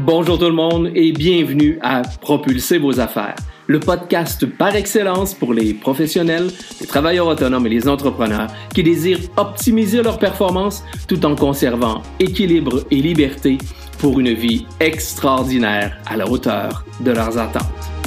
Bonjour tout le monde et bienvenue à Propulser vos affaires, le podcast par excellence pour les professionnels, les travailleurs autonomes et les entrepreneurs qui désirent optimiser leur performance tout en conservant équilibre et liberté pour une vie extraordinaire à la hauteur de leurs attentes.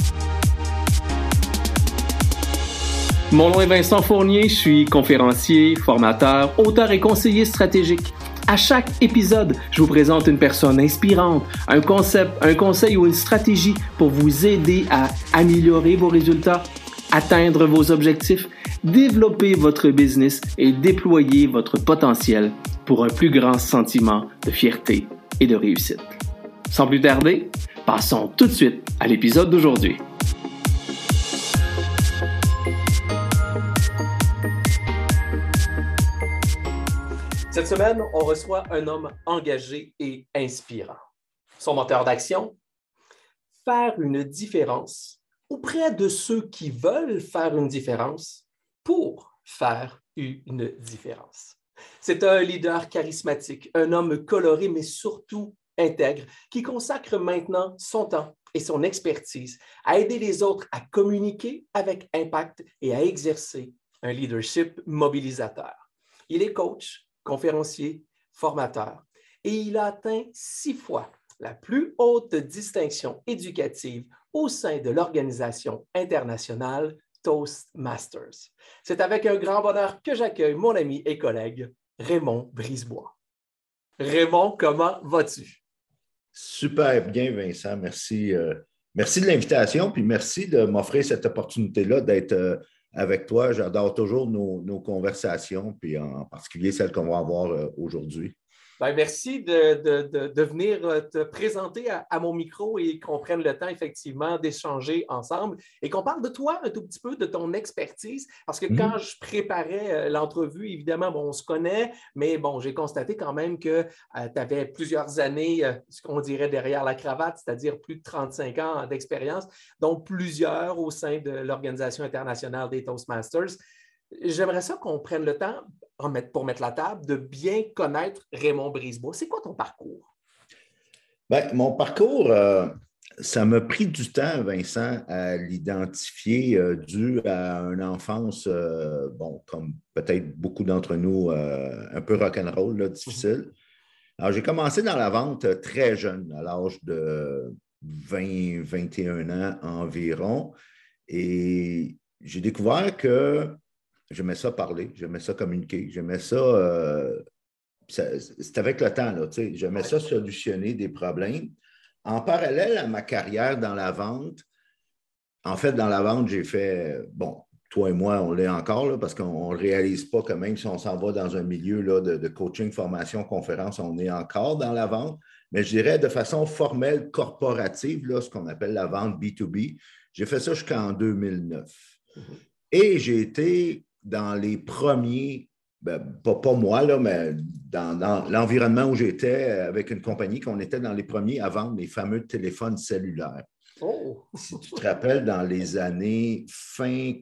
Mon nom est Vincent Fournier, je suis conférencier, formateur, auteur et conseiller stratégique. À chaque épisode, je vous présente une personne inspirante, un concept, un conseil ou une stratégie pour vous aider à améliorer vos résultats, atteindre vos objectifs, développer votre business et déployer votre potentiel pour un plus grand sentiment de fierté et de réussite. Sans plus tarder, passons tout de suite à l'épisode d'aujourd'hui. Cette semaine, on reçoit un homme engagé et inspirant. Son moteur d'action, faire une différence auprès de ceux qui veulent faire une différence pour faire une différence. C'est un leader charismatique, un homme coloré, mais surtout intègre, qui consacre maintenant son temps et son expertise à aider les autres à communiquer avec impact et à exercer un leadership mobilisateur. Il est coach, conférencier, formateur, et il a atteint 6 fois la plus haute distinction éducative au sein de l'organisation internationale Toastmasters. C'est avec un grand bonheur que j'accueille mon ami et collègue Raymond Brisebois. Raymond, comment vas-tu? Super bien, Vincent. Merci. Merci de l'invitation, puis merci de m'offrir cette opportunité-là d'être avec toi. J'adore toujours nos conversations, puis en particulier celles qu'on va avoir aujourd'hui. Bien, merci de venir te présenter à mon micro et qu'on prenne le temps effectivement d'échanger ensemble et qu'on parle de toi un tout petit peu, de ton expertise. Parce que quand je préparais l'entrevue, évidemment, bon, on se connaît, mais bon, j'ai constaté quand même que tu avais plusieurs années, ce qu'on dirait derrière la cravate, c'est-à-dire plus de 35 ans d'expérience, dont plusieurs au sein de l'Organisation internationale des Toastmasters. J'aimerais ça qu'on prenne le temps, pour mettre la table, de bien connaître Raymond Brisebois. C'est quoi ton parcours? Bien, mon parcours, ça m'a pris du temps, Vincent, à l'identifier dû à une enfance, comme peut-être beaucoup d'entre nous, un peu rock'n'roll, là, difficile. Alors, j'ai commencé dans la vente très jeune, à l'âge de 20-21 ans environ, et j'ai découvert que j'aimais ça parler, j'aimais ça communiquer, j'aimais ça, c'est avec le temps, là, tu sais, j'aimais ça solutionner des problèmes. En parallèle à ma carrière dans la vente, en fait, dans la vente, j'ai fait, toi et moi, on l'est encore, là, parce qu'on ne réalise pas que même si on s'en va dans un milieu là, de coaching, formation, conférence, on est encore dans la vente, mais je dirais de façon formelle, corporative, là, ce qu'on appelle la vente B2B. J'ai fait ça jusqu'en 2009. Et j'ai été dans les premiers, pas moi, là, mais dans l'environnement où j'étais avec une compagnie, qu'on était dans les premiers à vendre les fameux téléphones cellulaires. Oh. Si tu te rappelles, dans les années fin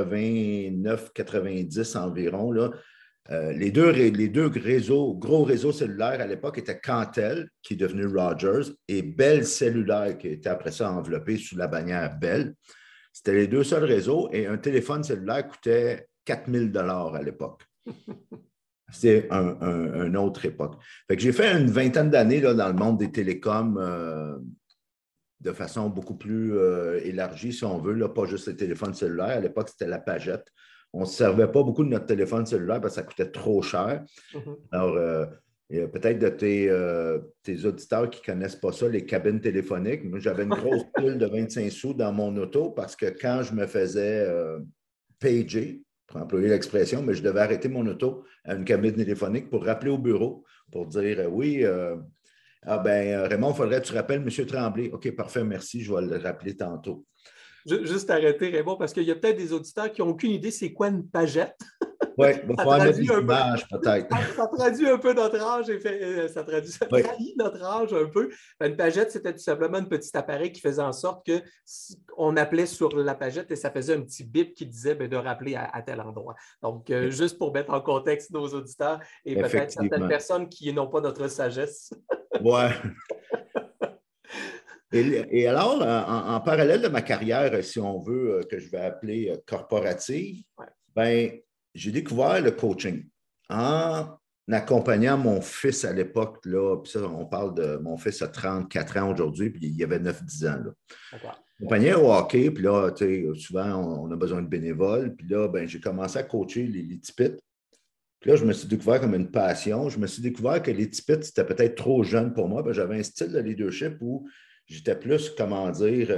89-90 environ, là, les deux gros réseaux cellulaires à l'époque étaient Cantel, qui est devenu Rogers, et Bell Cellulaire, qui était après ça enveloppé sous la bannière Bell. C'était les deux seuls réseaux et un téléphone cellulaire coûtait 4 000 $ à l'époque. C'était une autre époque. Fait que j'ai fait une vingtaine d'années là, dans le monde des télécoms de façon beaucoup plus élargie, si on veut, là, pas juste les téléphones cellulaires. À l'époque, c'était la pagette. On ne se servait pas beaucoup de notre téléphone cellulaire parce que ça coûtait trop cher. Alors, peut-être de tes auditeurs qui ne connaissent pas ça, les cabines téléphoniques. Moi, j'avais une grosse pile de 25 sous dans mon auto parce que quand je me faisais pager, pour employer l'expression, mais je devais arrêter mon auto à une cabine téléphonique pour rappeler au bureau, pour dire oui, Raymond, il faudrait que tu rappelles M. Tremblay. OK, parfait, merci, je vais le rappeler tantôt. Juste arrêter, Raymond, parce qu'il y a peut-être des auditeurs qui n'ont aucune idée c'est quoi une pagette. Oui, il va falloir mettre des images, peut-être. Ça traduit un peu notre âge et ça trahit notre âge un peu. Une pagette, c'était tout simplement un petit appareil qui faisait en sorte qu'on appelait sur la pagette et ça faisait un petit bip qui disait de rappeler à tel endroit. Donc, juste pour mettre en contexte nos auditeurs et peut-être certaines personnes qui n'ont pas notre sagesse. Ouais. Et alors, en parallèle de ma carrière, si on veut, que je vais appeler corporative, Ouais. ben, j'ai découvert le coaching en accompagnant mon fils à l'époque. Là, puis ça, on parle de mon fils a 34 ans aujourd'hui, puis il y avait 9-10 ans. Là. D'accord. Accompagnais au hockey, puis là, souvent, on a besoin de bénévoles. Puis là, ben, j'ai commencé à coacher les petits pits. Puis là, je me suis découvert comme une passion. Je me suis découvert que les tipettes, c'était peut-être trop jeune pour moi. J'avais un style de leadership où j'étais plus, comment dire,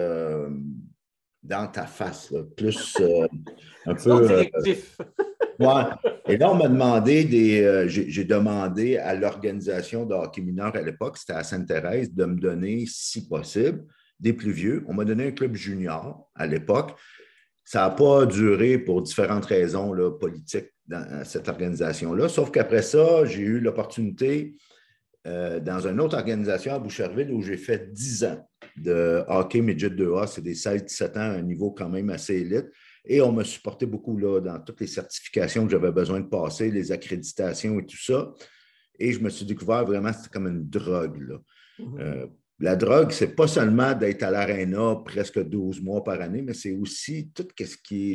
dans ta face, là. Plus un Disons peu. directif. Ouais. Et là, on m'a demandé j'ai demandé à l'organisation de hockey mineur à l'époque, c'était à Sainte-Thérèse, de me donner, si possible, des plus vieux. On m'a donné un club junior à l'époque. Ça n'a pas duré pour différentes raisons là, politiques dans cette organisation-là. Sauf qu'après ça, j'ai eu l'opportunité dans une autre organisation à Boucherville où j'ai fait 10 ans de hockey midget 2A. C'est des 16-17 ans à un niveau quand même assez élite. Et on m'a supporté beaucoup là, dans toutes les certifications que j'avais besoin de passer, les accréditations et tout ça. Et je me suis découvert vraiment, c'était comme une drogue. Là. La drogue, c'est pas seulement d'être à l'aréna presque 12 mois par année, mais c'est aussi tout ce qui est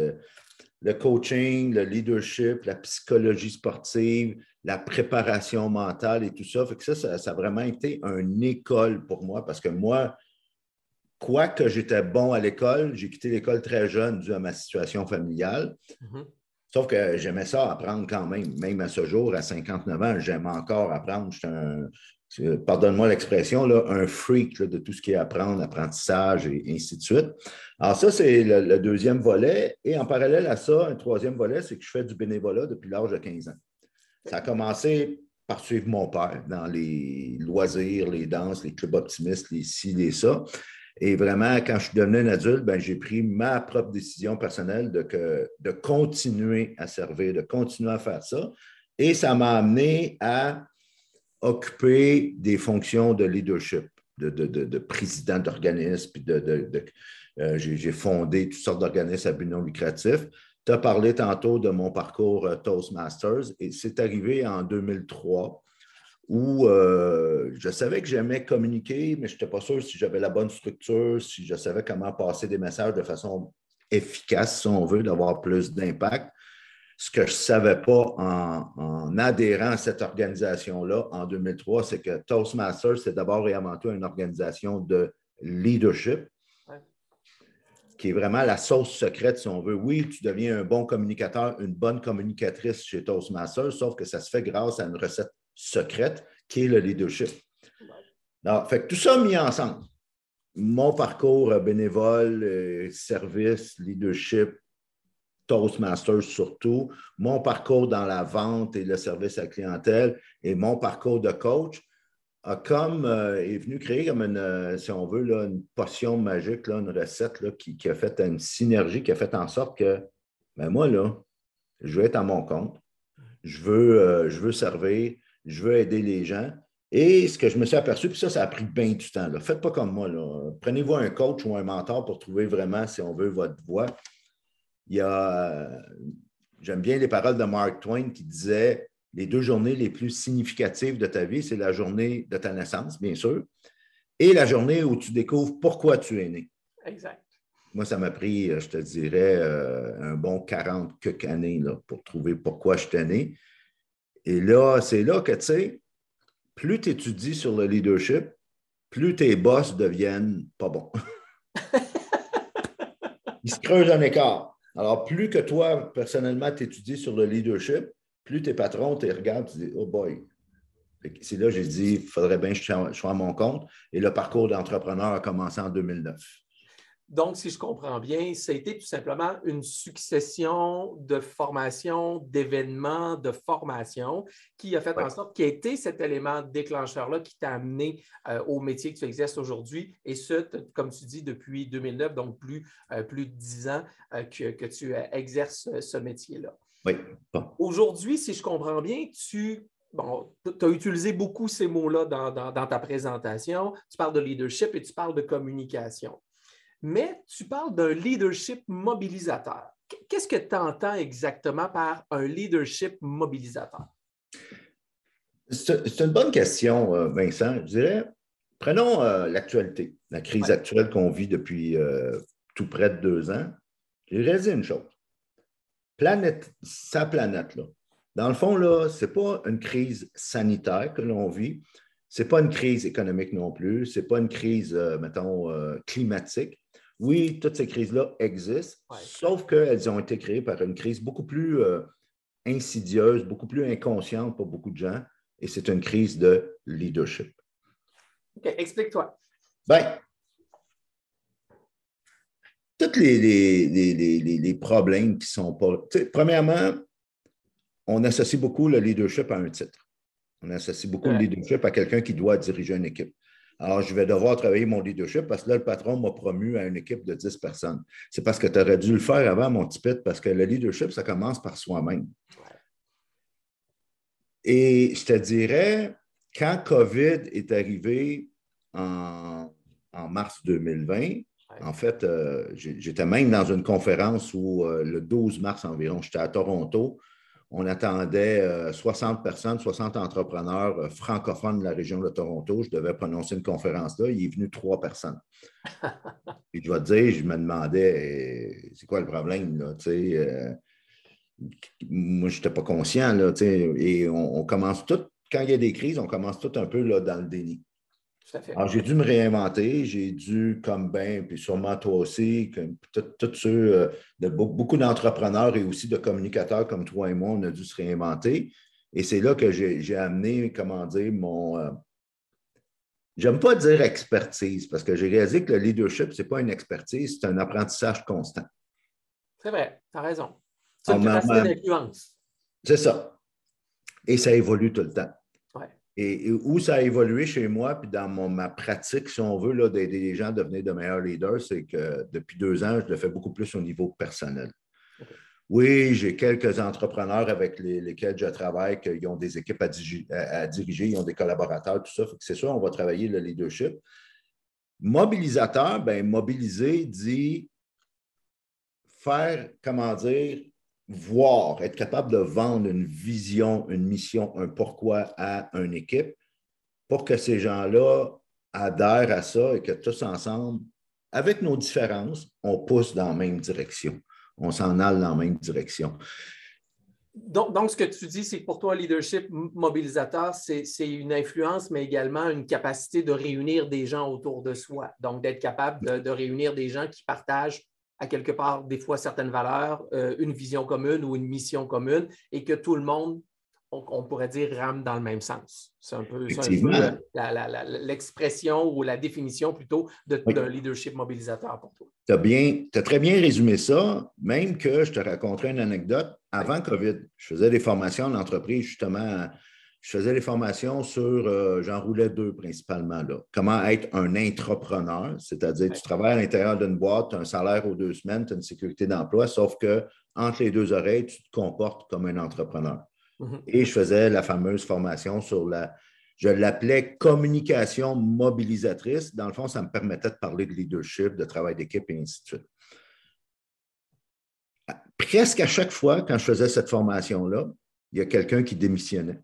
le coaching, le leadership, la psychologie sportive, la préparation mentale et tout ça. Fait que ça a vraiment été une école pour moi parce que moi, quoique j'étais bon à l'école, j'ai quitté l'école très jeune dû à ma situation familiale. Sauf que j'aimais ça apprendre quand même. Même à ce jour, à 59 ans, j'aime encore apprendre. Pardonne-moi l'expression, là, un freak là, de tout ce qui est apprendre, apprentissage et ainsi de suite. Alors ça, c'est le deuxième volet. Et en parallèle à ça, un troisième volet, c'est que je fais du bénévolat depuis l'âge de 15 ans. Ça a commencé par suivre mon père dans les loisirs, les danses, les clubs optimistes, les ci, les ça. Et vraiment, quand je suis devenu un adulte, ben, j'ai pris ma propre décision personnelle de continuer à servir, de continuer à faire ça. Et ça m'a amené à occuper des fonctions de leadership, de président d'organisme, puis j'ai fondé toutes sortes d'organismes à but non lucratif. Tu as parlé tantôt de mon parcours Toastmasters et c'est arrivé en 2003 où je savais que j'aimais communiquer, mais je n'étais pas sûr si j'avais la bonne structure, si je savais comment passer des messages de façon efficace, si on veut, d'avoir plus d'impact. Ce que je ne savais pas en adhérant à cette organisation-là en 2003, c'est que Toastmasters, c'est d'abord et avant tout une organisation de leadership, qui est vraiment la sauce secrète, si on veut. Oui, tu deviens un bon communicateur, une bonne communicatrice chez Toastmasters, sauf que ça se fait grâce à une recette secrète qui est le leadership. Alors, fait que tout ça mis ensemble. Mon parcours bénévole, service, leadership, Toastmasters surtout, mon parcours dans la vente et le service à la clientèle et mon parcours de coach est venu créer comme une, si on veut, là, une potion magique, là, une recette là, qui a fait une synergie, qui a fait en sorte que, ben moi, là, je veux être à mon compte, je veux servir, je veux aider les gens. Et ce que je me suis aperçu, puis ça a pris bien du temps. Là. Faites pas comme moi. Là. Prenez-vous un coach ou un mentor pour trouver vraiment, si on veut, votre voie. J'aime bien les paroles de Mark Twain qui disait les 2 journées les plus significatives de ta vie, c'est la journée de ta naissance, bien sûr, et la journée où tu découvres pourquoi tu es né. Exact. Moi, ça m'a pris, je te dirais, un bon 40 quelques années là, pour trouver pourquoi je suis né. Et là, c'est là que, tu sais, plus tu étudies sur le leadership, plus tes boss deviennent pas bons. Ils se creusent un écart. Alors, plus que toi, personnellement, tu étudies sur le leadership, plus tes patrons te regardent, tu dis, oh boy. C'est là que j'ai dit, il faudrait bien que je sois à mon compte. Et le parcours d'entrepreneur a commencé en 2009. Donc, si je comprends bien, ça a été tout simplement une succession de formations, d'événements, de formations qui a fait en sorte qu'il y a été cet élément déclencheur-là qui t'a amené au métier que tu exerces aujourd'hui. Et ce, comme tu dis, depuis 2009, donc plus de 10 ans que tu exerces ce métier-là. Oui. Bon. Aujourd'hui, si je comprends bien, tu as utilisé beaucoup ces mots-là dans ta présentation. Tu parles de leadership et tu parles de communication. Mais tu parles d'un leadership mobilisateur. Qu'est-ce que tu entends exactement par un leadership mobilisateur? C'est une bonne question, Vincent. Je dirais, Prenons l'actualité, la crise Ouais. actuelle qu'on vit depuis tout près de 2 ans. J'ai réalisé une chose. Sa planète, là. Dans le fond, là, ce n'est pas une crise sanitaire que l'on vit. Ce n'est pas une crise économique non plus. Ce n'est pas une crise, mettons, climatique. Oui, toutes ces crises-là existent, Ouais. sauf qu'elles ont été créées par une crise beaucoup plus insidieuse, beaucoup plus inconsciente pour beaucoup de gens, et c'est une crise de leadership. OK, explique-toi. Bien, tous les problèmes qui sont pas. Premièrement, on associe beaucoup le leadership à un titre. On associe beaucoup le leadership à quelqu'un qui doit diriger une équipe. Alors, je vais devoir travailler mon leadership parce que là, le patron m'a promu à une équipe de 10 personnes. C'est parce que tu aurais dû le faire avant, mon petit pit, parce que le leadership, ça commence par soi-même. Et je te dirais, quand COVID est arrivé en mars 2020, en fait, j'étais même dans une conférence où le 12 mars environ, j'étais à Toronto. On attendait 60 personnes, 60 entrepreneurs francophones de la région de Toronto. Je devais prononcer une conférence là. Il est venu 3 personnes. Puis je vais te dire, je me demandais, c'est quoi le problème, là? Moi, je n'étais pas conscient, là, et on commence tout, quand il y a des crises, on commence tout un peu là, dans le déni. Tout à fait. Alors, j'ai dû me réinventer, j'ai dû, comme ben, puis sûrement toi aussi, tous ceux, beaucoup d'entrepreneurs et aussi de communicateurs comme toi et moi, on a dû se réinventer. Et c'est là que j'ai amené, comment dire, j'aime pas dire expertise, parce que j'ai réalisé que le leadership, ce n'est pas une expertise, c'est un apprentissage constant. C'est vrai, tu as raison. C'est une capacité d'influence. C'est ça. Et ça évolue tout le temps. Ouais. Et où ça a évolué chez moi, puis dans ma pratique, si on veut, d'aider les gens à devenir de meilleurs leaders, c'est que depuis 2 ans, je le fais beaucoup plus au niveau personnel. Okay. Oui, j'ai quelques entrepreneurs avec lesquels je travaille, qui ont des équipes à diriger, ils ont des collaborateurs, tout ça. C'est sûr, on va travailler le leadership. Mobilisateur, bien, mobiliser dit faire, comment dire, voir, être capable de vendre une vision, une mission, un pourquoi à une équipe pour que ces gens-là adhèrent à ça et que tous ensemble, avec nos différences, on pousse dans la même direction. On s'en aille dans la même direction. Donc, ce que tu dis, c'est que pour toi, un leadership mobilisateur, c'est une influence, mais également une capacité de réunir des gens autour de soi. Donc, d'être capable de réunir des gens qui partagent à quelque part, des fois, certaines valeurs, une vision commune ou une mission commune, et que tout le monde, on pourrait dire, rame dans le même sens. C'est un peu l'expression ou la définition plutôt d'un leadership mobilisateur pour toi. Tu as très bien résumé ça, même que je te raconterai une anecdote. Avant COVID, je faisais des formations en entreprise, justement. Je faisais des formations sur, j'enroulais 2 principalement, là. Comment être un intrapreneur, c'est-à-dire tu travailles à l'intérieur d'une boîte, tu as un salaire aux 2 semaines, tu as une sécurité d'emploi, sauf qu'entre les 2 oreilles, tu te comportes comme un entrepreneur. Et je faisais la fameuse formation sur je l'appelais communication mobilisatrice. Dans le fond, ça me permettait de parler de leadership, de travail d'équipe et ainsi de suite. Presque à chaque fois, quand je faisais cette formation-là, il y a quelqu'un qui démissionnait.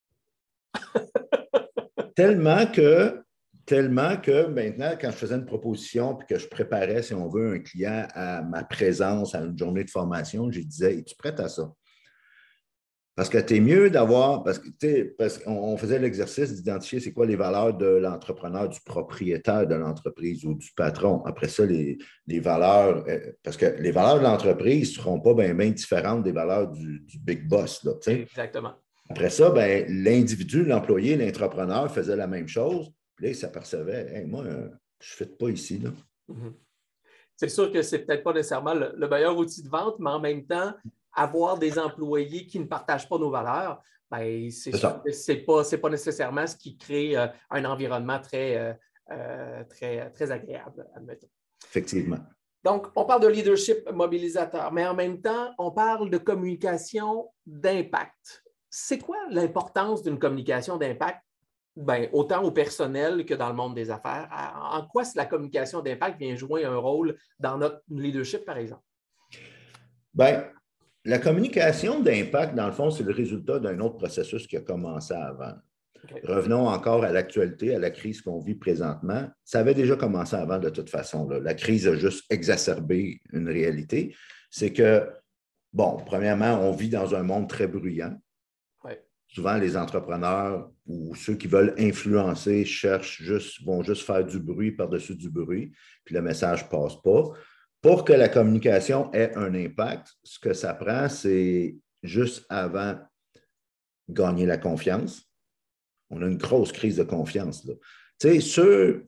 Tellement que maintenant, quand je faisais une proposition et que je préparais, si on veut, un client à ma présence à une journée de formation, je disais, es-tu prête à ça? Parce que tu es mieux d'avoir, parce qu'on faisait l'exercice d'identifier c'est quoi les valeurs de l'entrepreneur, du propriétaire de l'entreprise ou du patron. Après ça, les valeurs, parce que les valeurs de l'entreprise ne seront pas bien différentes des valeurs du big boss. Là, exactement. Après ça, ben, l'individu, l'employé, l'entrepreneur faisait la même chose. Puis là, il s'apercevait, hey, moi, je ne fais pas ici. Là. Mm-hmm. C'est sûr que ce n'est peut-être pas nécessairement le meilleur outil de vente, mais en même temps, avoir des employés qui ne partagent pas nos valeurs, ben, c'est pas nécessairement ce qui crée un environnement très agréable, admettons. Effectivement. Donc, on parle de leadership mobilisateur, mais en même temps, on parle de communication d'impact. C'est quoi l'importance d'une communication d'impact? Ben, autant au personnel que dans le monde des affaires. En quoi la communication d'impact vient jouer un rôle dans notre leadership, par exemple? Bien, la communication d'impact, dans le fond, c'est le résultat d'un autre processus qui a commencé avant. Okay. Revenons encore à l'actualité, à la crise qu'on vit présentement. Ça avait déjà commencé avant de toute façon. Là. La crise a juste exacerbé une réalité. C'est que, bon, premièrement, on vit dans un monde très bruyant. Ouais. Souvent, les entrepreneurs ou ceux qui veulent influencer vont juste faire du bruit par-dessus du bruit, puis le message ne passe pas. Pour que la communication ait un impact, ce que ça prend, c'est juste avant gagner la confiance. On a une grosse crise de confiance. Là. Tu sais,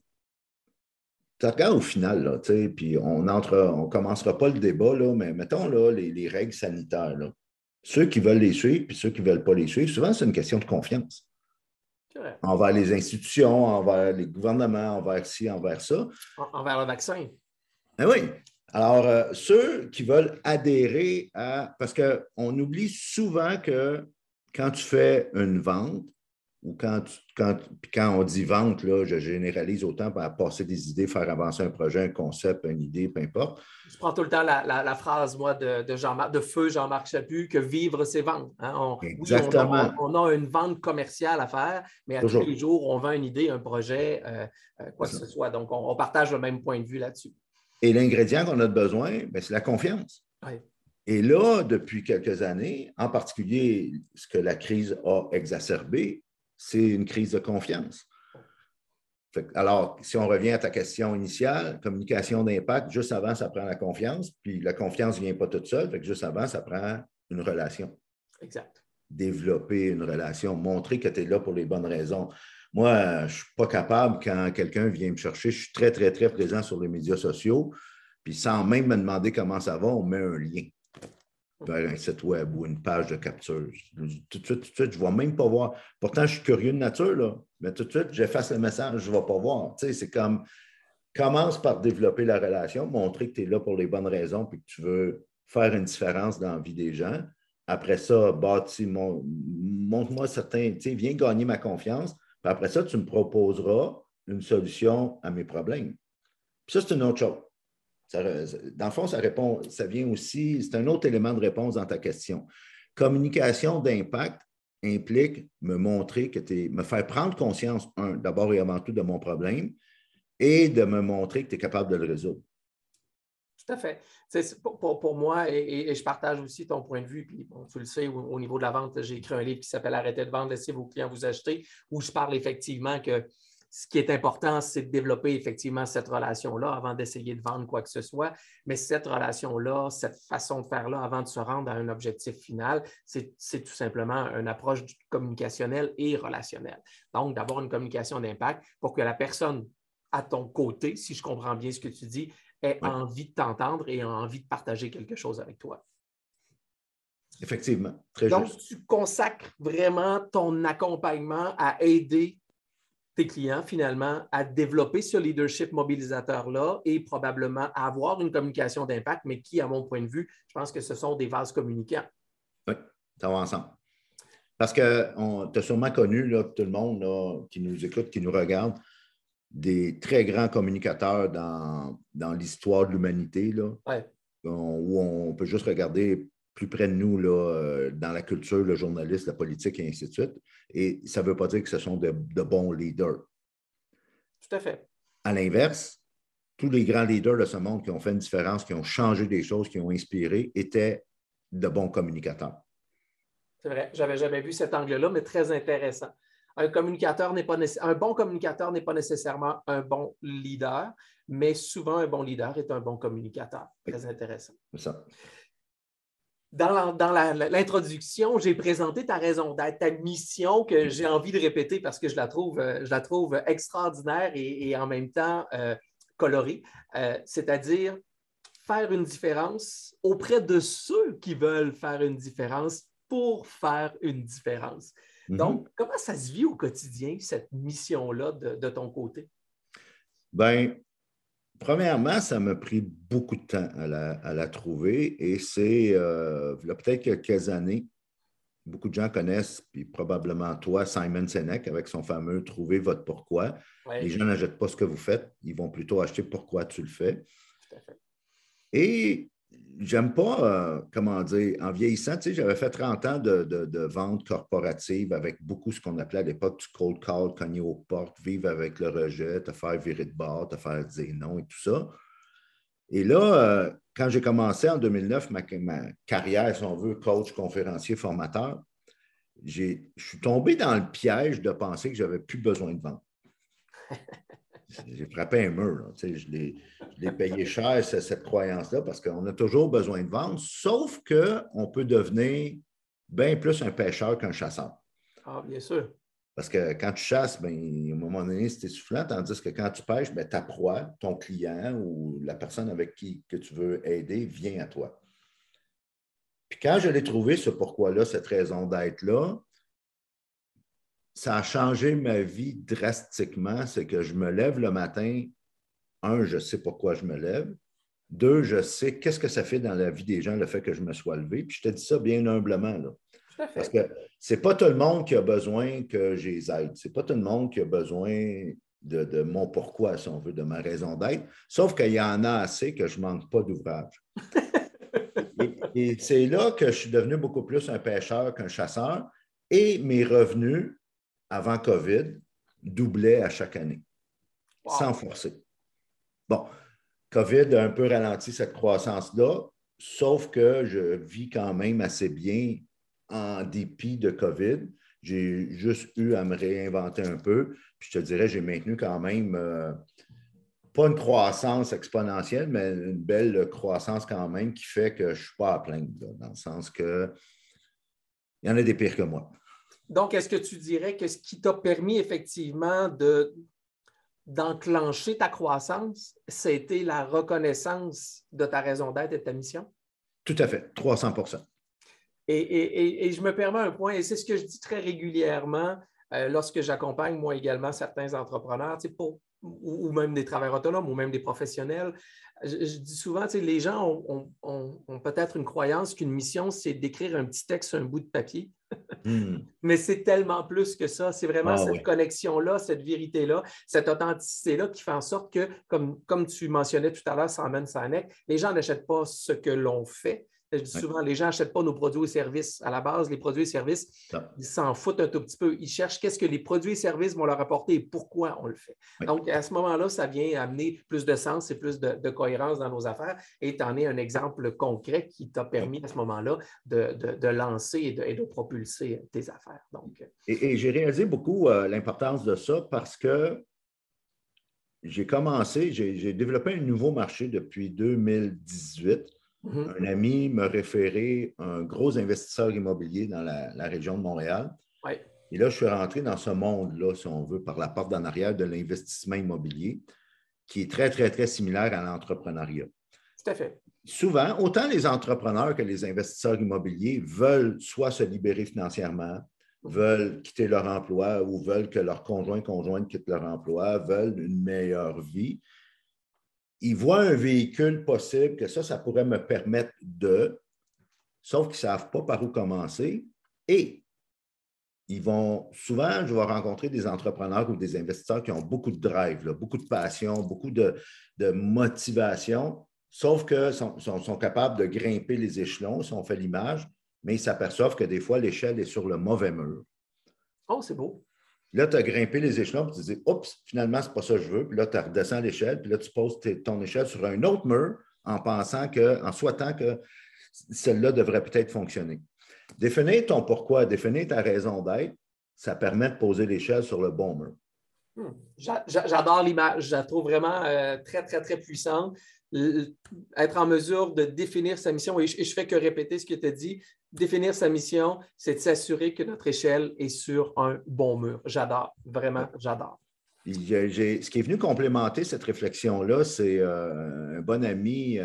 tu regardes au final, là, puis on commencera pas le débat, là, mais mettons là, les règles sanitaires. Là. Ceux qui veulent les suivre, puis ceux qui ne veulent pas les suivre, souvent, c'est une question de confiance. Envers les institutions, envers les gouvernements, envers ci, envers ça. Envers le vaccin. Ben oui. Alors, ceux qui veulent adhérer à... Parce qu'on oublie souvent que quand tu fais une vente, ou quand on dit vente, là, je généralise autant pour passer des idées, faire avancer un projet, un concept, une idée, peu importe. Je prends tout le temps la phrase, moi, de feu Jean-Marc Chaput, que vivre, c'est vendre. Hein? Exactement. Oui, on a une vente commerciale à faire, mais à tous les jours, on vend une idée, un projet, quoi que ce soit. Donc, on partage le même point de vue là-dessus. Et l'ingrédient qu'on a besoin, c'est la confiance. Oui. Et là, depuis quelques années, en particulier, ce que la crise a exacerbé, c'est une crise de confiance. Alors, si on revient à ta question initiale, communication d'impact, juste avant, ça prend la confiance, puis la confiance ne vient pas toute seule, juste avant, ça prend une relation. Exact. Développer une relation, montrer que tu es là pour les bonnes raisons. Moi, je ne suis pas capable, quand quelqu'un vient me chercher, je suis très, très, très présent sur les médias sociaux, puis sans même me demander comment ça va, on met un lien vers un site web ou une page de capture. Tout de suite, je ne vais même pas voir. Pourtant, je suis curieux de nature, là, mais tout de suite, j'efface le message, je ne vais pas voir. Tu sais, c'est comme, commence par développer la relation, montrer que tu es là pour les bonnes raisons puis que tu veux faire une différence dans la vie des gens. Après ça, montre-moi certains, tu sais, viens gagner ma confiance. Puis après ça, tu me proposeras une solution à mes problèmes. Puis ça, c'est une autre chose. Dans le fond, ça vient aussi, c'est un autre élément de réponse dans ta question. Communication d'impact implique me faire prendre conscience, d'abord et avant tout, de mon problème et de me montrer que tu es capable de le résoudre. Tout à fait. Pour moi, et je partage aussi ton point de vue, puis bon, tu le sais, au niveau de la vente, j'ai écrit un livre qui s'appelle « Arrêtez de vendre, laissez vos clients vous acheter », où je parle effectivement que ce qui est important, c'est de développer effectivement cette relation-là avant d'essayer de vendre quoi que ce soit. Mais cette relation-là, cette façon de faire-là, avant de se rendre à un objectif final, c'est tout simplement une approche communicationnelle et relationnelle. Donc, d'avoir une communication d'impact pour que la personne à ton côté, si je comprends bien ce que tu dis, ait envie de t'entendre et a envie de partager quelque chose avec toi. Effectivement, très Donc, juste. tu consacres vraiment ton accompagnement à aider tes clients, finalement, à développer ce leadership mobilisateur-là et probablement à avoir une communication d'impact, mais qui, à mon point de vue, je pense que ce sont des vases communicants. Oui, ça va ensemble. Parce que tu as sûrement connu, là, tout le monde là, qui nous écoute, qui nous regarde, des très grands communicateurs dans l'histoire de l'humanité, là, où on peut juste regarder plus près de nous là, dans la culture, le journaliste, la politique et ainsi de suite. Et ça ne veut pas dire que ce sont de bons leaders. Tout à fait. À l'inverse, tous les grands leaders de ce monde qui ont fait une différence, qui ont changé des choses, qui ont inspiré, étaient de bons communicateurs. C'est vrai, je n'avais jamais vu cet angle-là, mais très intéressant. Un bon communicateur n'est pas nécessairement un bon leader, mais souvent un bon leader est un bon communicateur. Très intéressant. C'est ça. Dans l'introduction, j'ai présenté ta raison d'être, ta mission que j'ai envie de répéter parce que je la trouve extraordinaire et en même temps colorée, c'est-à-dire faire une différence auprès de ceux qui veulent faire une différence pour faire une différence. Donc, comment ça se vit au quotidien, cette mission-là de ton côté? Bien, premièrement, ça m'a pris beaucoup de temps à la trouver et c'est, il y a peut-être quelques années, beaucoup de gens connaissent, puis probablement toi, Simon Sinek, avec son fameux « Trouvez votre pourquoi ». Les gens n'achètent pas ce que vous faites, ils vont plutôt acheter pourquoi tu le fais. Tout à fait. Et j'aime pas, comment dire, en vieillissant, tu sais, j'avais fait 30 ans de vente corporative avec beaucoup ce qu'on appelait à l'époque du cold call, cogner aux portes, vivre avec le rejet, te faire virer de bord, te faire dire non et tout ça. Et là, quand j'ai commencé en 2009, ma carrière, si on veut, coach, conférencier, formateur, je suis tombé dans le piège de penser que je n'avais plus besoin de vendre. J'ai frappé un mur. Là, tu sais, je l'ai payé cher, cette croyance-là, parce qu'on a toujours besoin de vendre, sauf qu'on peut devenir bien plus un pêcheur qu'un chasseur. Ah, bien sûr. Parce que quand tu chasses, bien, à un moment donné, c'est essoufflant, tandis que quand tu pêches, bien, ta proie, ton client ou la personne avec qui que tu veux aider vient à toi. Puis quand je l'ai trouvé, ce pourquoi-là, cette raison d'être-là, ça a changé ma vie drastiquement. C'est que je me lève le matin. Un, je sais pourquoi je me lève. Deux, je sais qu'est-ce que ça fait dans la vie des gens, le fait que je me sois levé. Puis je te dis ça bien humblement, là. Tout à Parce fait. que c'est pas tout le monde qui a besoin que je les aide. C'est pas tout le monde qui a besoin de mon pourquoi, si on veut, de ma raison d'être. Sauf qu'il y en a assez que je ne manque pas d'ouvrage. Et c'est là que je suis devenu beaucoup plus un pêcheur qu'un chasseur. Et mes revenus, avant COVID, doublaient à chaque année, sans Wow. forcer. Bon, COVID a un peu ralenti cette croissance-là, sauf que je vis quand même assez bien en dépit de COVID. J'ai juste eu à me réinventer un peu. Puis je te dirais, j'ai maintenu quand même, pas une croissance exponentielle, mais une belle croissance quand même qui fait que je ne suis pas à plaindre, là, dans le sens que il y en a des pires que moi. Donc, est-ce que tu dirais que ce qui t'a permis effectivement d'enclencher ta croissance, c'était la reconnaissance de ta raison d'être et de ta mission? Tout à fait, 300%. Et je me permets un point, et c'est ce que je dis très régulièrement lorsque j'accompagne moi également certains entrepreneurs, ou même des travailleurs autonomes, ou même des professionnels. Je dis souvent, les gens ont peut-être une croyance qu'une mission, c'est d'écrire un petit texte sur un bout de papier. Mais c'est tellement plus que ça. C'est vraiment Ah cette oui. connexion-là, cette vérité-là, cette authenticité-là qui fait en sorte que, comme tu mentionnais tout à l'heure, sans même sans nec, les gens n'achètent pas ce que l'on fait. Je dis souvent, les gens n'achètent pas nos produits et services. À la base, les produits et services, ils s'en foutent un tout petit peu. Ils cherchent qu'est-ce que les produits et services vont leur apporter et pourquoi on le fait. Oui. Donc, à ce moment-là, ça vient amener plus de sens et plus de cohérence dans nos affaires. Et tu en es un exemple concret qui t'a permis à ce moment-là de lancer et de propulser tes affaires. Donc, et j'ai réalisé beaucoup l'importance de ça parce que j'ai commencé, j'ai développé un nouveau marché depuis 2018. Un ami m'a référé un gros investisseur immobilier dans la région de Montréal. Ouais. Et là, je suis rentré dans ce monde-là, si on veut, par la porte d'en arrière de l'investissement immobilier, qui est très, très, très similaire à l'entrepreneuriat. Tout à fait. Souvent, autant les entrepreneurs que les investisseurs immobiliers veulent soit se libérer financièrement, veulent quitter leur emploi ou veulent que leur conjointe quitte leur emploi, veulent une meilleure vie. Ils voient un véhicule possible que ça pourrait me permettre de, sauf qu'ils ne savent pas par où commencer. Et ils vont, souvent, je vais rencontrer des entrepreneurs ou des investisseurs qui ont beaucoup de drive, là, beaucoup de passion, beaucoup de motivation, sauf qu'ils sont capables de grimper les échelons, si on fait l'image, mais ils s'aperçoivent que des fois, l'échelle est sur le mauvais mur. Oh, c'est beau. Là, tu as grimpé les échelons, puis tu te dis, oups, finalement, c'est pas ça que je veux. Puis là, tu redescends l'échelle, puis là, tu poses ton échelle sur un autre mur en pensant en souhaitant que celle-là devrait peut-être fonctionner. Définir ton pourquoi, définir ta raison d'être, ça permet de poser l'échelle sur le bon mur. J'adore l'image. Je la trouve vraiment très, très, très puissante. Être en mesure de définir sa mission, et je ne fais que répéter ce que tu as dit, définir sa mission, c'est de s'assurer que notre échelle est sur un bon mur. J'adore, vraiment, j'adore. Ce qui est venu complémenter cette réflexion-là, c'est un bon ami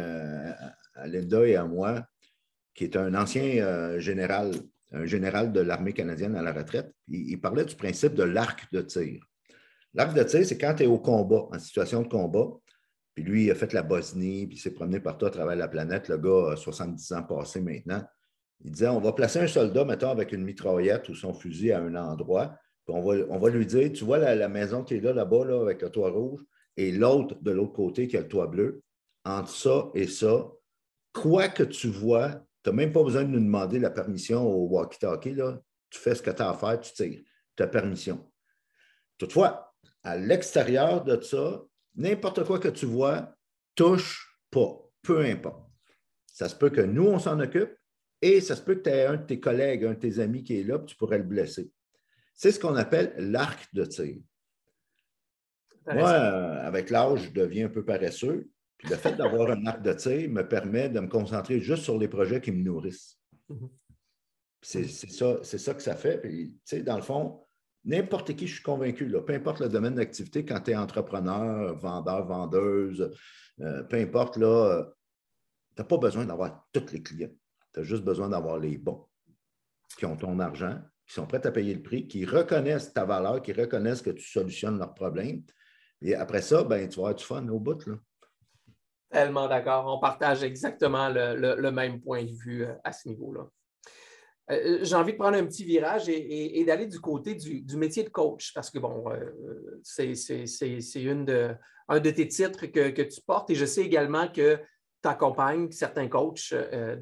à Linda et à moi, qui est un ancien général, un général de l'armée canadienne à la retraite. Il parlait du principe de l'arc de tir. L'arc de tir, c'est quand tu es au combat, en situation de combat. Puis lui, il a fait la Bosnie, puis il s'est promené partout à travers la planète. Le gars a 70 ans passés maintenant. Il disait, on va placer un soldat, mettons, avec une mitraillette ou son fusil à un endroit. Puis on va lui dire, tu vois la maison qui est là-bas, là, avec le toit rouge, et l'autre de l'autre côté qui a le toit bleu. Entre ça et ça, quoi que tu vois, tu n'as même pas besoin de nous demander la permission au walkie-talkie. Là. Tu fais ce que tu as à faire, tu tires. Tu as permission. Toutefois, à l'extérieur de ça, n'importe quoi que tu vois, touche pas, peu importe. Ça se peut que nous, on s'en occupe et ça se peut que tu aies un de tes collègues, un de tes amis qui est là, puis tu pourrais le blesser. C'est ce qu'on appelle l'arc de tir. Moi, avec l'âge, je deviens un peu paresseux. Puis le fait d'avoir un arc de tir me permet de me concentrer juste sur les projets qui me nourrissent. C'est ça que ça fait. Puis, dans le fond, n'importe qui, je suis convaincu, là, peu importe le domaine d'activité, quand tu es entrepreneur, vendeur, vendeuse, peu importe, tu n'as pas besoin d'avoir tous les clients. Tu as juste besoin d'avoir les bons, qui ont ton argent, qui sont prêts à payer le prix, qui reconnaissent ta valeur, qui reconnaissent que tu solutionnes leurs problèmes. Et après ça, ben, tu vas avoir du fun au bout. Là. Tellement d'accord. On partage exactement le même point de vue à ce niveau-là. J'ai envie de prendre un petit virage et d'aller du côté du métier de coach, parce que, bon, c'est un de tes titres que tu portes et je sais également que tu accompagnes certains coachs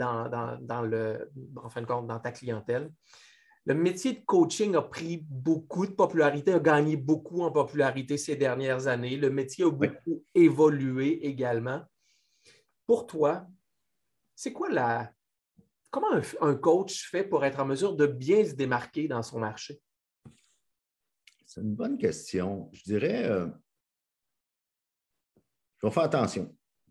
en fin de compte, dans ta clientèle. Le métier de coaching a pris beaucoup de popularité, a gagné beaucoup en popularité ces dernières années. Le métier a beaucoup évolué également. Pour toi, c'est quoi comment un coach fait pour être en mesure de bien se démarquer dans son marché? C'est une bonne question. Je dirais, je vais faire attention.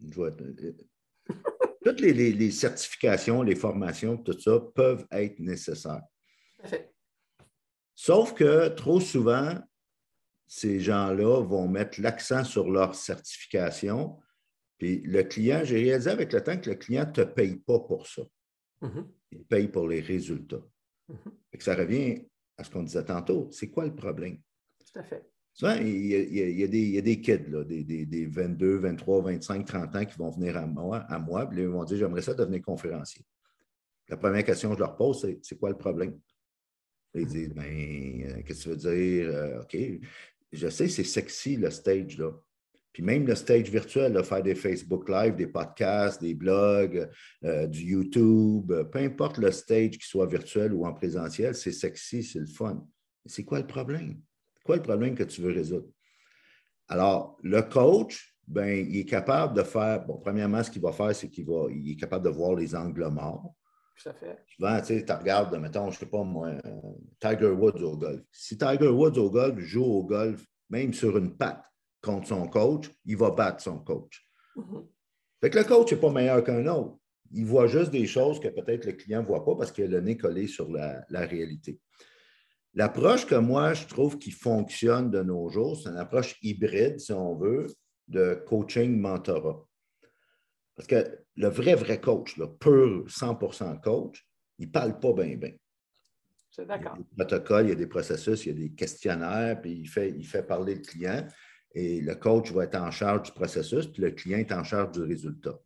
Toutes les certifications, les formations, tout ça peuvent être nécessaires. Parfait. Sauf que trop souvent, ces gens-là vont mettre l'accent sur leur certification. Puis le client, j'ai réalisé avec le temps que le client ne te paye pas pour ça. Il paye pour les résultats. Et que ça revient à ce qu'on disait tantôt. C'est quoi le problème? Tout à fait. Souvent, il y a des kids, là, des 22, 23, 25, 30 ans qui vont venir à moi, puis ils vont dire, j'aimerais ça devenir conférencier. La première question que je leur pose, c'est quoi le problème? Ils disent, bien, qu'est-ce que tu veux dire? OK, je sais, c'est sexy le stage, là. Puis même le stage virtuel, là, faire des Facebook Live, des podcasts, des blogs, du YouTube, peu importe le stage, qu'il soit virtuel ou en présentiel, c'est sexy, c'est le fun. Mais c'est quoi le problème? Quoi le problème que tu veux résoudre? Alors, le coach, ben, il est capable de faire, bon, premièrement, ce qu'il va faire, c'est il est capable de voir les angles morts. Tout à fait. Souvent, tu sais, tu regardes, mettons, je ne sais pas moi, Tiger Woods au golf. Si Tiger Woods au golf joue au golf, même sur une patte contre son coach, il va battre son coach. Fait que le coach n'est pas meilleur qu'un autre. Il voit juste des choses que peut-être le client ne voit pas parce qu'il a le nez collé sur la réalité. L'approche que moi, je trouve qui fonctionne de nos jours, c'est une approche hybride, si on veut, de coaching-mentorat. Parce que le vrai coach, le pur 100% coach, il ne parle pas bien. C'est d'accord. Il y a des protocoles, il y a des processus, il y a des questionnaires, puis il fait parler le client. Et le coach va être en charge du processus, puis le client est en charge du résultat.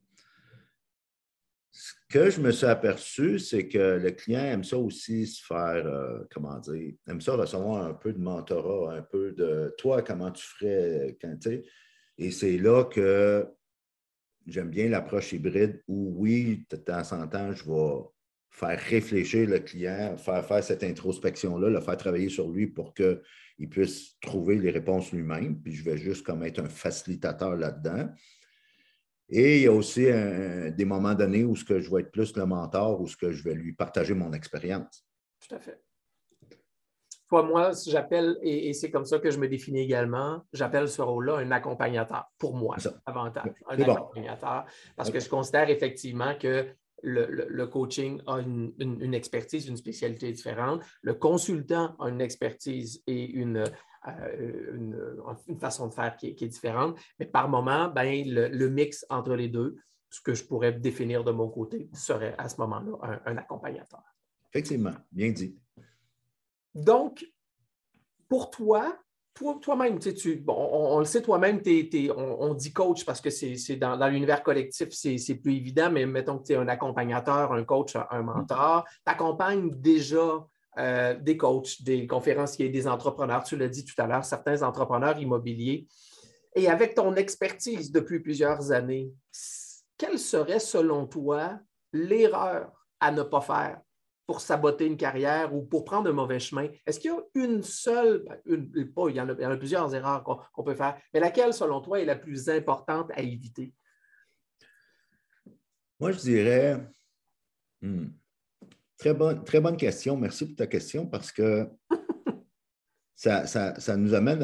Ce que je me suis aperçu, c'est que le client aime ça aussi se faire, aime ça recevoir un peu de mentorat, un peu de toi, comment tu ferais quand tu sais. Et c'est là que j'aime bien l'approche hybride où, oui, de temps en temps, je vais faire réfléchir le client, faire cette introspection-là, le faire travailler sur lui pour qu'il puisse trouver les réponses lui-même. Puis je vais juste comme être un facilitateur là-dedans. Et il y a aussi des moments donnés où je vais être plus le mentor, où je vais lui partager mon expérience. Tout à fait. Moi, j'appelle, et c'est comme ça que je me définis également, j'appelle ce rôle-là un accompagnateur, pour moi, avantage. Un accompagnateur, parce que je considère effectivement que le coaching a une expertise, une spécialité différente. Le consultant a une expertise et une façon de faire qui est différente. Mais par moment, ben, le mix entre les deux, ce que je pourrais définir de mon côté, serait à ce moment-là un accompagnateur. Effectivement, bien dit. Donc, pour toi-même, on le sait toi-même, on dit coach parce que c'est dans l'univers collectif, c'est plus évident, mais mettons que tu es un accompagnateur, un coach, un mentor, tu accompagnes déjà des coachs, des conférenciers, des entrepreneurs, tu l'as dit tout à l'heure, certains entrepreneurs immobiliers. Et avec ton expertise depuis plusieurs années, quelle serait, selon toi, l'erreur à ne pas faire pour saboter une carrière ou pour prendre un mauvais chemin? Est-ce qu'il y a une seule, il y en a plusieurs erreurs qu'on peut faire, mais laquelle, selon toi, est la plus importante à éviter? Moi, je dirais, très bonne question. Merci pour ta question parce que ça nous amène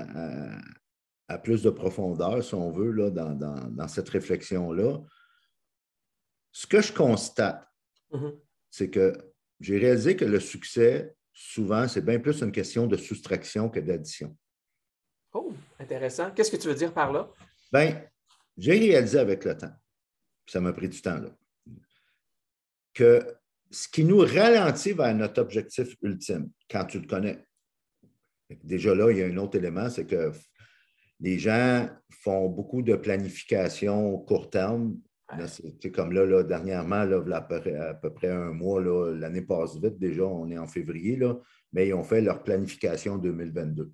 à plus de profondeur, si on veut, là, dans cette réflexion-là. Ce que je constate, c'est que j'ai réalisé que le succès, souvent, c'est bien plus une question de soustraction que d'addition. Oh, intéressant. Qu'est-ce que tu veux dire par là? Bien, j'ai réalisé avec le temps, ça m'a pris du temps, là, que ce qui nous ralentit vers notre objectif ultime, quand tu le connais, déjà là, il y a un autre élément, c'est que les gens font beaucoup de planification court terme. C'est comme là, dernièrement, là, à peu près un mois, l'année passe vite, déjà, on est en février, là, mais ils ont fait leur planification 2022.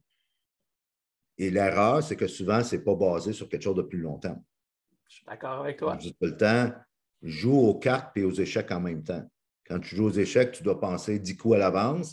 Et l'erreur, c'est que souvent, ce n'est pas basé sur quelque chose de plus long terme. Je suis d'accord avec toi. Juste le temps, joue aux cartes et aux échecs en même temps. Quand tu joues aux échecs, tu dois penser 10 coups à l'avance.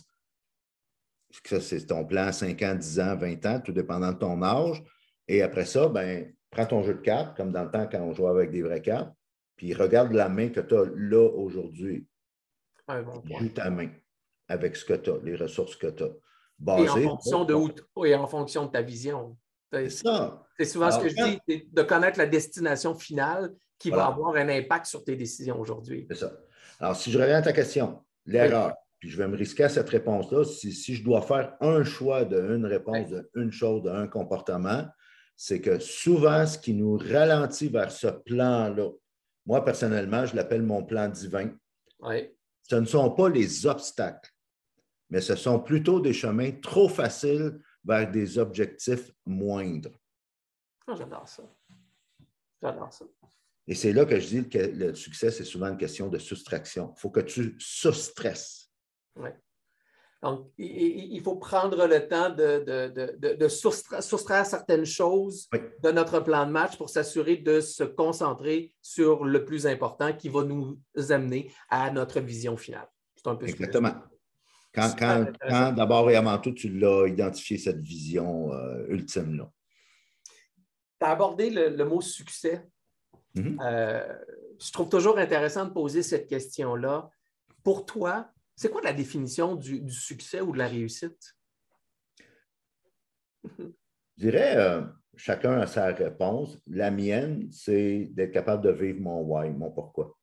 Ça, c'est ton plan 5 ans, 10 ans, 20 ans, tout dépendant de ton âge. Et après ça, ben, prends ton jeu de cartes, comme dans le temps quand on jouait avec des vraies cartes, puis regarde la main que tu as là aujourd'hui. Joue ta main avec ce que tu as, les ressources que tu as. Et en fonction de ta vision. C'est ça. C'est souvent ce que je dis, c'est de connaître la destination finale qui va avoir un impact sur tes décisions aujourd'hui. C'est ça. Alors, si je reviens à ta question, l'erreur, puis je vais me risquer à cette réponse-là, si je dois faire un choix d'une réponse, d'une chose, d'un comportement, c'est que souvent, ce qui nous ralentit vers ce plan-là, moi, personnellement, je l'appelle mon plan divin. Ce ne sont pas les obstacles, mais ce sont plutôt des chemins trop faciles vers des objectifs moindres. Oh, j'adore ça. J'adore ça. Et c'est là que je dis que le succès, c'est souvent une question de soustraction. Il faut que tu soustresses. Oui. Donc, il faut prendre le temps de soustraire certaines choses de notre plan de match pour s'assurer de se concentrer sur le plus important qui va nous amener à notre vision finale. C'est un peu exactement. Quand d'abord et avant tout, tu l'as identifié, cette vision ultime-là. Tu as abordé le mot succès. Je trouve toujours intéressant de poser cette question-là. Pour toi, c'est quoi la définition du succès ou de la réussite? Je dirais, chacun a sa réponse. La mienne, c'est d'être capable de vivre mon why, mon pourquoi.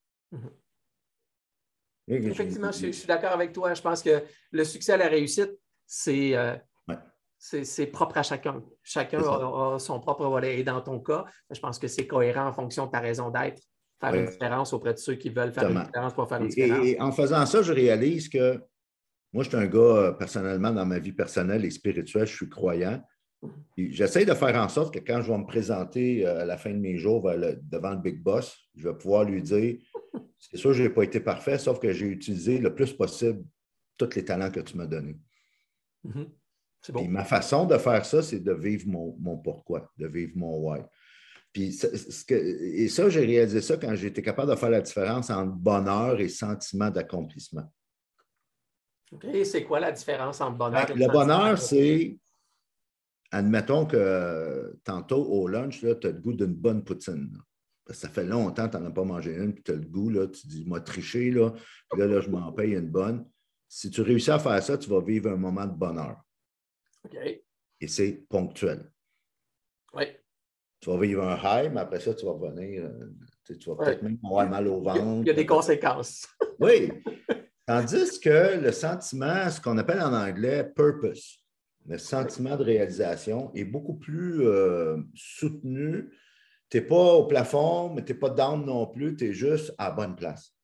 Effectivement, je suis d'accord avec toi. Je pense que le succès et la réussite, c'est propre à chacun. Chacun a son propre volet. Et dans ton cas, je pense que c'est cohérent en fonction de ta raison d'être. Faire une différence auprès de ceux qui veulent faire une différence pour faire une différence. Et en faisant ça, je réalise que moi, je suis un gars, personnellement, dans ma vie personnelle et spirituelle, je suis croyant. J'essaie de faire en sorte que quand je vais me présenter à la fin de mes jours devant le Big Boss, je vais pouvoir lui dire, c'est sûr, je n'ai pas été parfait, sauf que j'ai utilisé le plus possible tous les talents que tu m'as donnés. C'est bon. Puis ma façon de faire ça, c'est de vivre mon pourquoi, de vivre mon why. Puis ça, j'ai réalisé ça quand j'ai été capable de faire la différence entre bonheur et sentiment d'accomplissement. OK. C'est quoi la différence entre bonheur et le bonheur, c'est, admettons que tantôt au lunch, tu as le goût d'une bonne poutine. Là. Parce que ça fait longtemps que tu n'en as pas mangé une, puis tu as le goût, là, tu dis, moi, tricher, là, puis là, je m'en paye une bonne. Si tu réussis à faire ça, tu vas vivre un moment de bonheur. OK. Et c'est ponctuel. Oui. Tu vas vivre un high, mais après ça, tu vas revenir. Tu vas peut-être même avoir mal au ventre. Il y a des conséquences. Oui. Tandis que le sentiment, ce qu'on appelle en anglais purpose, le sentiment de réalisation est beaucoup plus soutenu. Tu n'es pas au plafond, mais tu n'es pas down non plus. Tu es juste à la bonne place.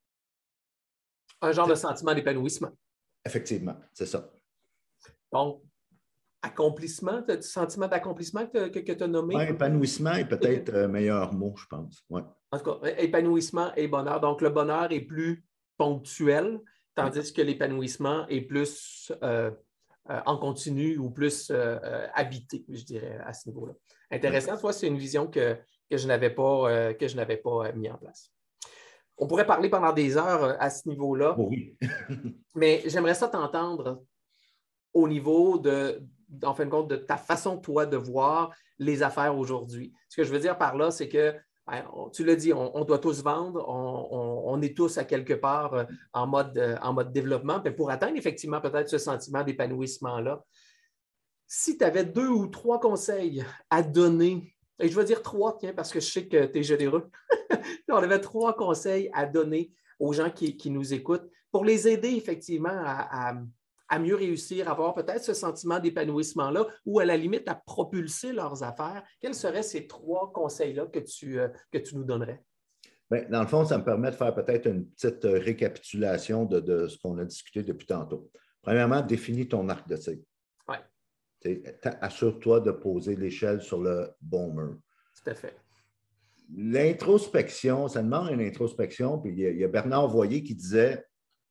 Un genre de sentiment d'épanouissement. Effectivement, c'est ça. Donc, accomplissement, tu as du sentiment d'accomplissement que tu as nommé? Oui, épanouissement est peut-être le meilleur mot, je pense. Ouais. En tout cas, épanouissement et bonheur. Donc, le bonheur est plus ponctuel, tandis que l'épanouissement est plus en continu ou plus habité, je dirais, à ce niveau-là. Intéressant, toi, c'est une vision que que je n'avais pas mis en place. On pourrait parler pendant des heures à ce niveau-là, Oui. mais j'aimerais ça t'entendre au niveau en fin de compte, de ta façon, toi, de voir les affaires aujourd'hui. Ce que je veux dire par là, c'est que, tu l'as dit, on doit tous vendre, on est tous à quelque part en mode développement, mais pour atteindre effectivement peut-être ce sentiment d'épanouissement-là, si tu avais 2 ou 3 conseils à donner, et je vais dire 3, tiens, parce que je sais que tu es généreux, on avait 3 conseils à donner aux gens qui nous écoutent pour les aider effectivement à mieux réussir, à avoir peut-être ce sentiment d'épanouissement-là ou à la limite à propulser leurs affaires. Quels seraient ces 3 conseils-là que tu nous donnerais? Bien, dans le fond, ça me permet de faire peut-être une petite récapitulation de ce qu'on a discuté depuis tantôt. Premièrement, définis ton arc de tir. Ouais. Assure-toi de poser l'échelle sur le bon mur. Tout à fait. L'introspection, ça demande une introspection. Puis il y a Bernard Voyer qui disait,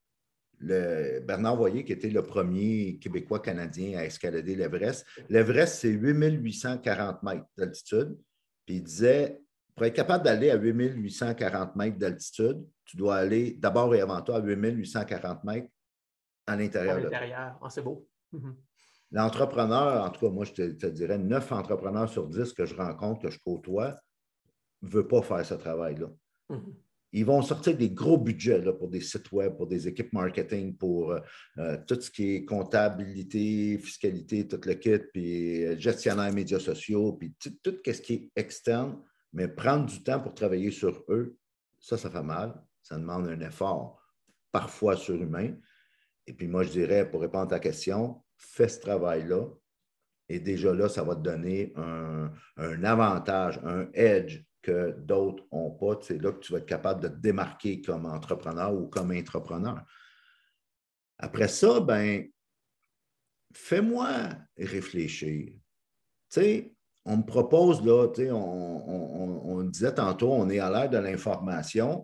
Bernard Voyer qui était le premier Québécois-Canadien à escalader l'Everest. L'Everest, c'est 8840 mètres d'altitude. Puis il disait, pour être capable d'aller à 8840 mètres d'altitude, tu dois aller d'abord et avant tout à 8840 mètres à l'intérieur. À l'intérieur. Oh, c'est beau. Mm-hmm. L'entrepreneur, en tout cas, moi, je te dirais 9 entrepreneurs sur 10 que je rencontre, que je côtoie, ne veut pas faire ce travail-là. Mm-hmm. Ils vont sortir des gros budgets là, pour des sites web, pour des équipes marketing, pour tout ce qui est comptabilité, fiscalité, tout le kit, puis gestionnaire médias sociaux, puis tout ce qui est externe, mais prendre du temps pour travailler sur eux, ça fait mal. Ça demande un effort, parfois surhumain. Et puis moi, je dirais, pour répondre à ta question, fais ce travail-là. Et déjà là, ça va te donner un avantage, un edge que d'autres n'ont pas. C'est là que tu vas être capable de te démarquer comme entrepreneur ou comme intrapreneur. Après ça, ben, fais-moi réfléchir. Tu sais, on me propose, là, tu sais, on disait tantôt, on est à l'ère de l'information,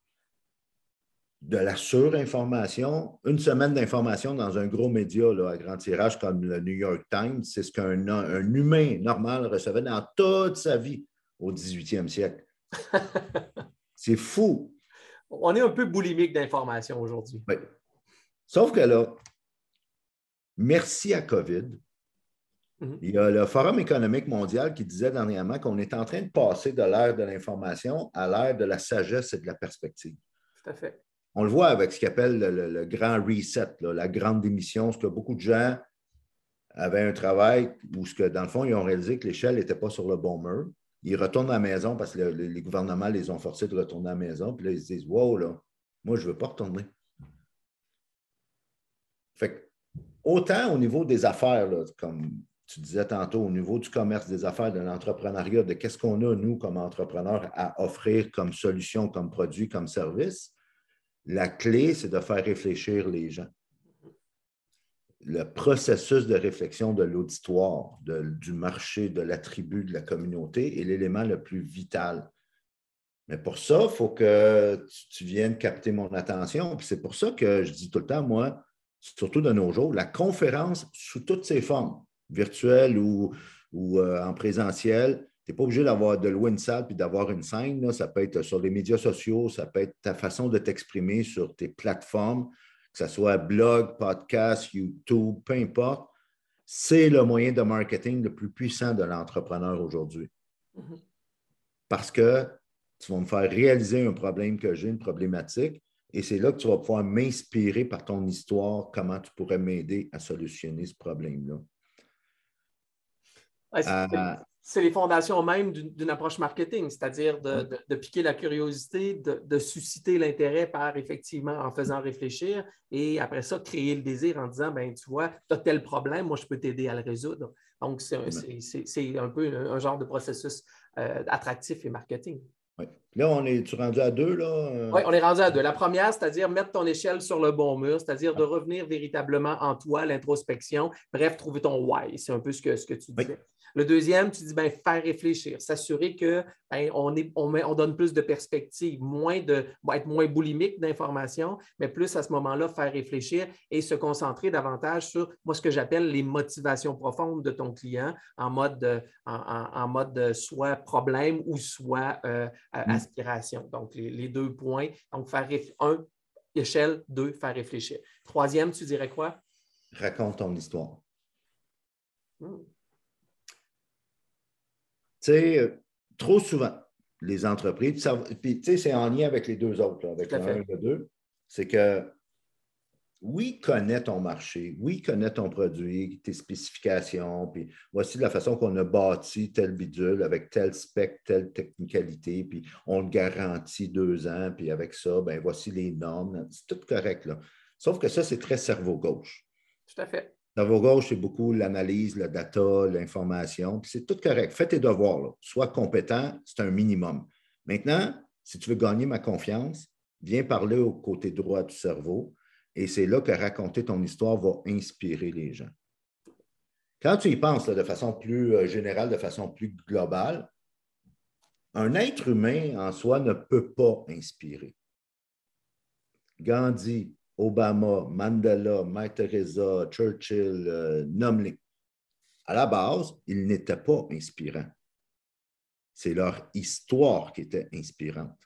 de la surinformation. Une semaine d'information dans un gros média là, à grand tirage comme le New York Times, c'est ce qu'un humain normal recevait dans toute sa vie au 18e siècle. C'est fou. On est un peu boulimique d'informations aujourd'hui. Oui. Sauf que là, merci à COVID, il y a le Forum économique mondial qui disait dernièrement qu'on est en train de passer de l'ère de l'information à l'ère de la sagesse et de la perspective. Tout à fait. On le voit avec ce qu'ils appellent le grand reset, là, la grande démission, ce que beaucoup de gens avaient un travail où, dans le fond, ils ont réalisé que l'échelle n'était pas sur le bon mur. Ils retournent à la maison parce que les gouvernements les ont forcés de retourner à la maison. Puis là, ils se disent, wow, là, moi, je ne veux pas retourner. Fait que, autant au niveau des affaires, là, comme tu disais tantôt, au niveau du commerce, des affaires, de l'entrepreneuriat, de qu'est-ce qu'on a, nous, comme entrepreneurs, à offrir comme solution, comme produit, comme service, la clé, c'est de faire réfléchir les gens. Le processus de réflexion de l'auditoire, du marché, de la tribu, de la communauté est l'élément le plus vital. Mais pour ça, il faut que tu viennes capter mon attention. Puis c'est pour ça que je dis tout le temps, moi, surtout de nos jours, la conférence sous toutes ses formes, virtuelle ou en présentiel, tu n'es pas obligé de louer une salle puis d'avoir une scène. Là. Ça peut être sur les médias sociaux, ça peut être ta façon de t'exprimer sur tes plateformes, que ce soit blog, podcast, YouTube, peu importe. C'est le moyen de marketing le plus puissant de l'entrepreneur aujourd'hui. Mm-hmm. Parce que tu vas me faire réaliser un problème que j'ai, une problématique, et c'est là que tu vas pouvoir m'inspirer par ton histoire, comment tu pourrais m'aider à solutionner ce problème-là. C'est les fondations même d'une approche marketing, c'est-à-dire de piquer la curiosité, de susciter l'intérêt par effectivement en faisant réfléchir et après ça, créer le désir en disant, ben tu vois, tu as tel problème, moi je peux t'aider à le résoudre. Donc, c'est un peu un genre de processus attractif et marketing. Oui. Là, tu es rendu à 2, là? Oui, on est rendu à 2. La première, c'est-à-dire mettre ton échelle sur le bon mur, c'est-à-dire de revenir véritablement en toi, l'introspection, bref, trouver ton why. C'est un peu ce que tu disais. Le deuxième, tu dis faire réfléchir, s'assurer qu'on donne plus de perspectives, être moins boulimique d'informations, mais plus à ce moment-là, faire réfléchir et se concentrer davantage sur ce que j'appelle les motivations profondes de ton client en mode soit problème ou soit aspiration. Donc, les 2 points. Donc, échelle, 2, faire réfléchir. Troisième, tu dirais quoi? Raconte ton histoire. Tu sais, trop souvent, les entreprises, puis tu sais, c'est en lien avec les 2 autres, là, avec le 1 et le 2, c'est que oui, connais ton marché, oui, connais ton produit, tes spécifications, puis voici la façon qu'on a bâti tel bidule avec tel spec, telle technicalité, puis on le garantit 2 ans, puis avec ça, voici les normes. C'est tout correct, là. Sauf que ça, c'est très cerveau gauche. Tout à fait. Cerveau gauche, c'est beaucoup l'analyse, le data, l'information, puis c'est tout correct. Fais tes devoirs, là. Sois compétent, c'est un minimum. Maintenant, si tu veux gagner ma confiance, viens parler au côté droit du cerveau. Et c'est là que raconter ton histoire va inspirer les gens. Quand tu y penses là, de façon plus générale, de façon plus globale, un être humain en soi ne peut pas inspirer. Gandhi, Obama, Mandela, Mère Teresa, Churchill, nomme-les. À la base, ils n'étaient pas inspirants. C'est leur histoire qui était inspirante.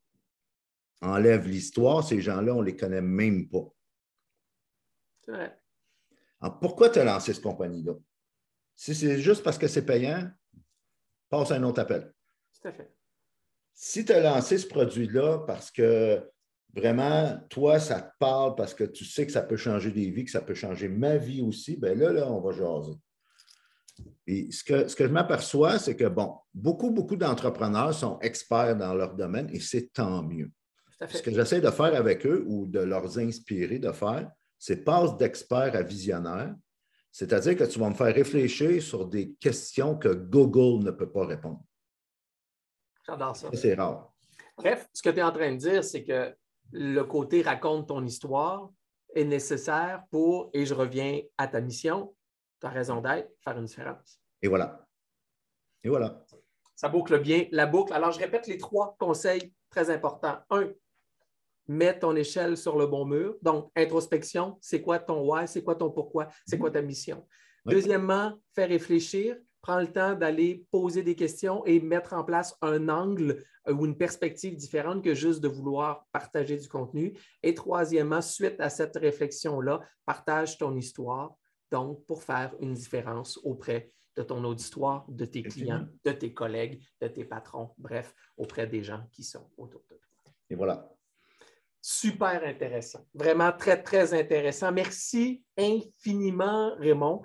Enlève l'histoire, ces gens-là, on ne les connaît même pas. C'est vrai. Alors, pourquoi tu as lancé cette compagnie-là? Si c'est juste parce que c'est payant, passe à un autre appel. Tout à fait. Si tu as lancé ce produit-là parce que vraiment, toi, ça te parle parce que tu sais que ça peut changer des vies, que ça peut changer ma vie aussi, bien là, on va jaser. Et ce que je m'aperçois, c'est que, beaucoup d'entrepreneurs sont experts dans leur domaine et c'est tant mieux. Tout à fait. Ce que j'essaie de faire avec eux ou de leur inspirer de faire, c'est passe d'expert à visionnaire, c'est-à-dire que tu vas me faire réfléchir sur des questions que Google ne peut pas répondre. J'adore ça. C'est rare. Bref, ce que tu es en train de dire, c'est que le côté raconte ton histoire est nécessaire pour, et je reviens à ta mission, ta raison d'être, faire une différence. Et voilà. Et voilà. Ça boucle bien la boucle. Alors, je répète les 3 conseils très importants. 1, mets ton échelle sur le bon mur. Donc, introspection, c'est quoi ton why, c'est quoi ton pourquoi, c'est quoi ta mission. Oui. Deuxièmement, fais réfléchir. Prends le temps d'aller poser des questions et mettre en place un angle ou une perspective différente que juste de vouloir partager du contenu. Et troisièmement, suite à cette réflexion-là, partage ton histoire, donc pour faire une différence auprès de ton auditoire, de tes clients, de tes collègues, de tes patrons, bref, auprès des gens qui sont autour de toi. Et voilà. Super intéressant. Vraiment très, très intéressant. Merci infiniment, Raymond.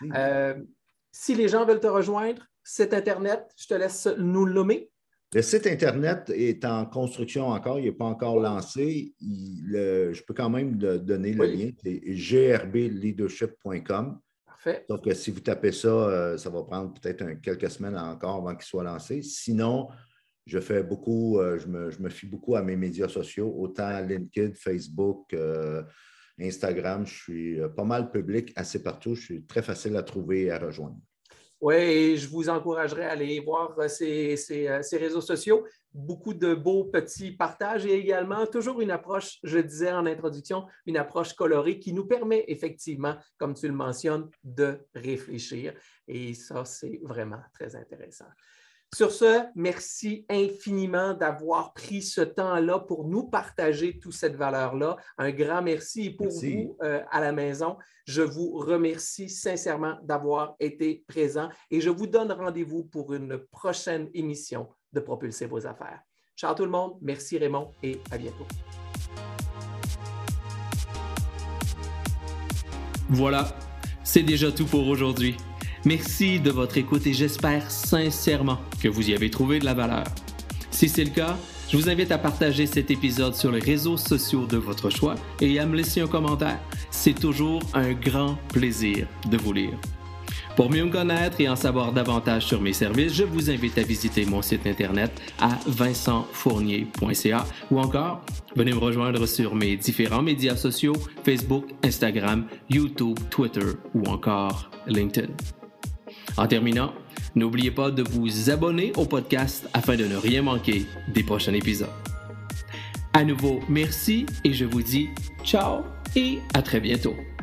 Si les gens veulent te rejoindre, site Internet, je te laisse nous le nommer. Le site Internet est en construction encore, il n'est pas encore lancé. Je peux quand même donner le lien, c'est grbleadership.com. Parfait. Donc, si vous tapez ça, ça va prendre peut-être quelques semaines encore avant qu'il soit lancé. Sinon, je fais beaucoup, je me fie beaucoup à mes médias sociaux, autant LinkedIn, Facebook, Instagram. Je suis pas mal public, assez partout. Je suis très facile à trouver et à rejoindre. Oui, et je vous encouragerais à aller voir ces réseaux sociaux. Beaucoup de beaux petits partages et également toujours une approche, je disais en introduction, une approche colorée qui nous permet effectivement, comme tu le mentionnes, de réfléchir. Et ça, c'est vraiment très intéressant. Sur ce, merci infiniment d'avoir pris ce temps-là pour nous partager toute cette valeur-là. Un grand merci. Et pour vous, à la maison, je vous remercie sincèrement d'avoir été présent et je vous donne rendez-vous pour une prochaine émission de Propulser vos affaires. Ciao tout le monde. Merci Raymond et à bientôt. Voilà, c'est déjà tout pour aujourd'hui. Merci de votre écoute et j'espère sincèrement que vous y avez trouvé de la valeur. Si c'est le cas, je vous invite à partager cet épisode sur les réseaux sociaux de votre choix et à me laisser un commentaire. C'est toujours un grand plaisir de vous lire. Pour mieux me connaître et en savoir davantage sur mes services, je vous invite à visiter mon site internet à vincentfournier.ca ou encore venez me rejoindre sur mes différents médias sociaux Facebook, Instagram, YouTube, Twitter ou encore LinkedIn. En terminant, n'oubliez pas de vous abonner au podcast afin de ne rien manquer des prochains épisodes. À nouveau, merci et je vous dis ciao et à très bientôt.